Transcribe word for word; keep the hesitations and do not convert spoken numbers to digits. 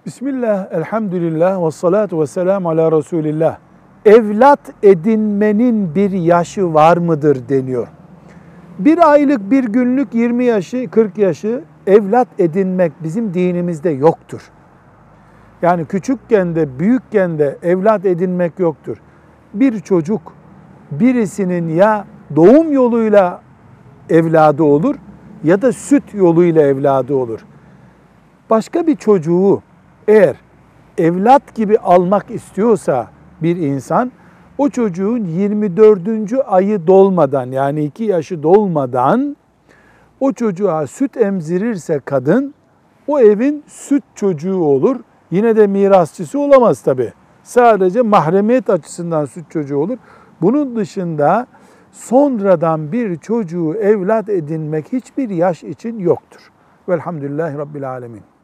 Bismillah, elhamdülillah ve salatu ve selamu ala Resulillah. Evlat edinmenin bir yaşı var mıdır deniyor. Bir aylık, bir günlük, yirmi yaşı, kırk yaşı evlat edinmek bizim dinimizde yoktur. Yani küçükken de büyükken de evlat edinmek yoktur. Bir çocuk birisinin ya doğum yoluyla evladı olur ya da süt yoluyla evladı olur. Başka bir çocuğu eğer evlat gibi almak istiyorsa bir insan, o çocuğun yirmi dördüncü ayı dolmadan, yani iki yaşı dolmadan o çocuğa süt emzirirse kadın, o evin süt çocuğu olur. Yine de mirasçısı olamaz tabii. Sadece mahremiyet açısından süt çocuğu olur. Bunun dışında sonradan bir çocuğu evlat edinmek hiçbir yaş için yoktur. Velhamdülillahi Rabbil Alemin.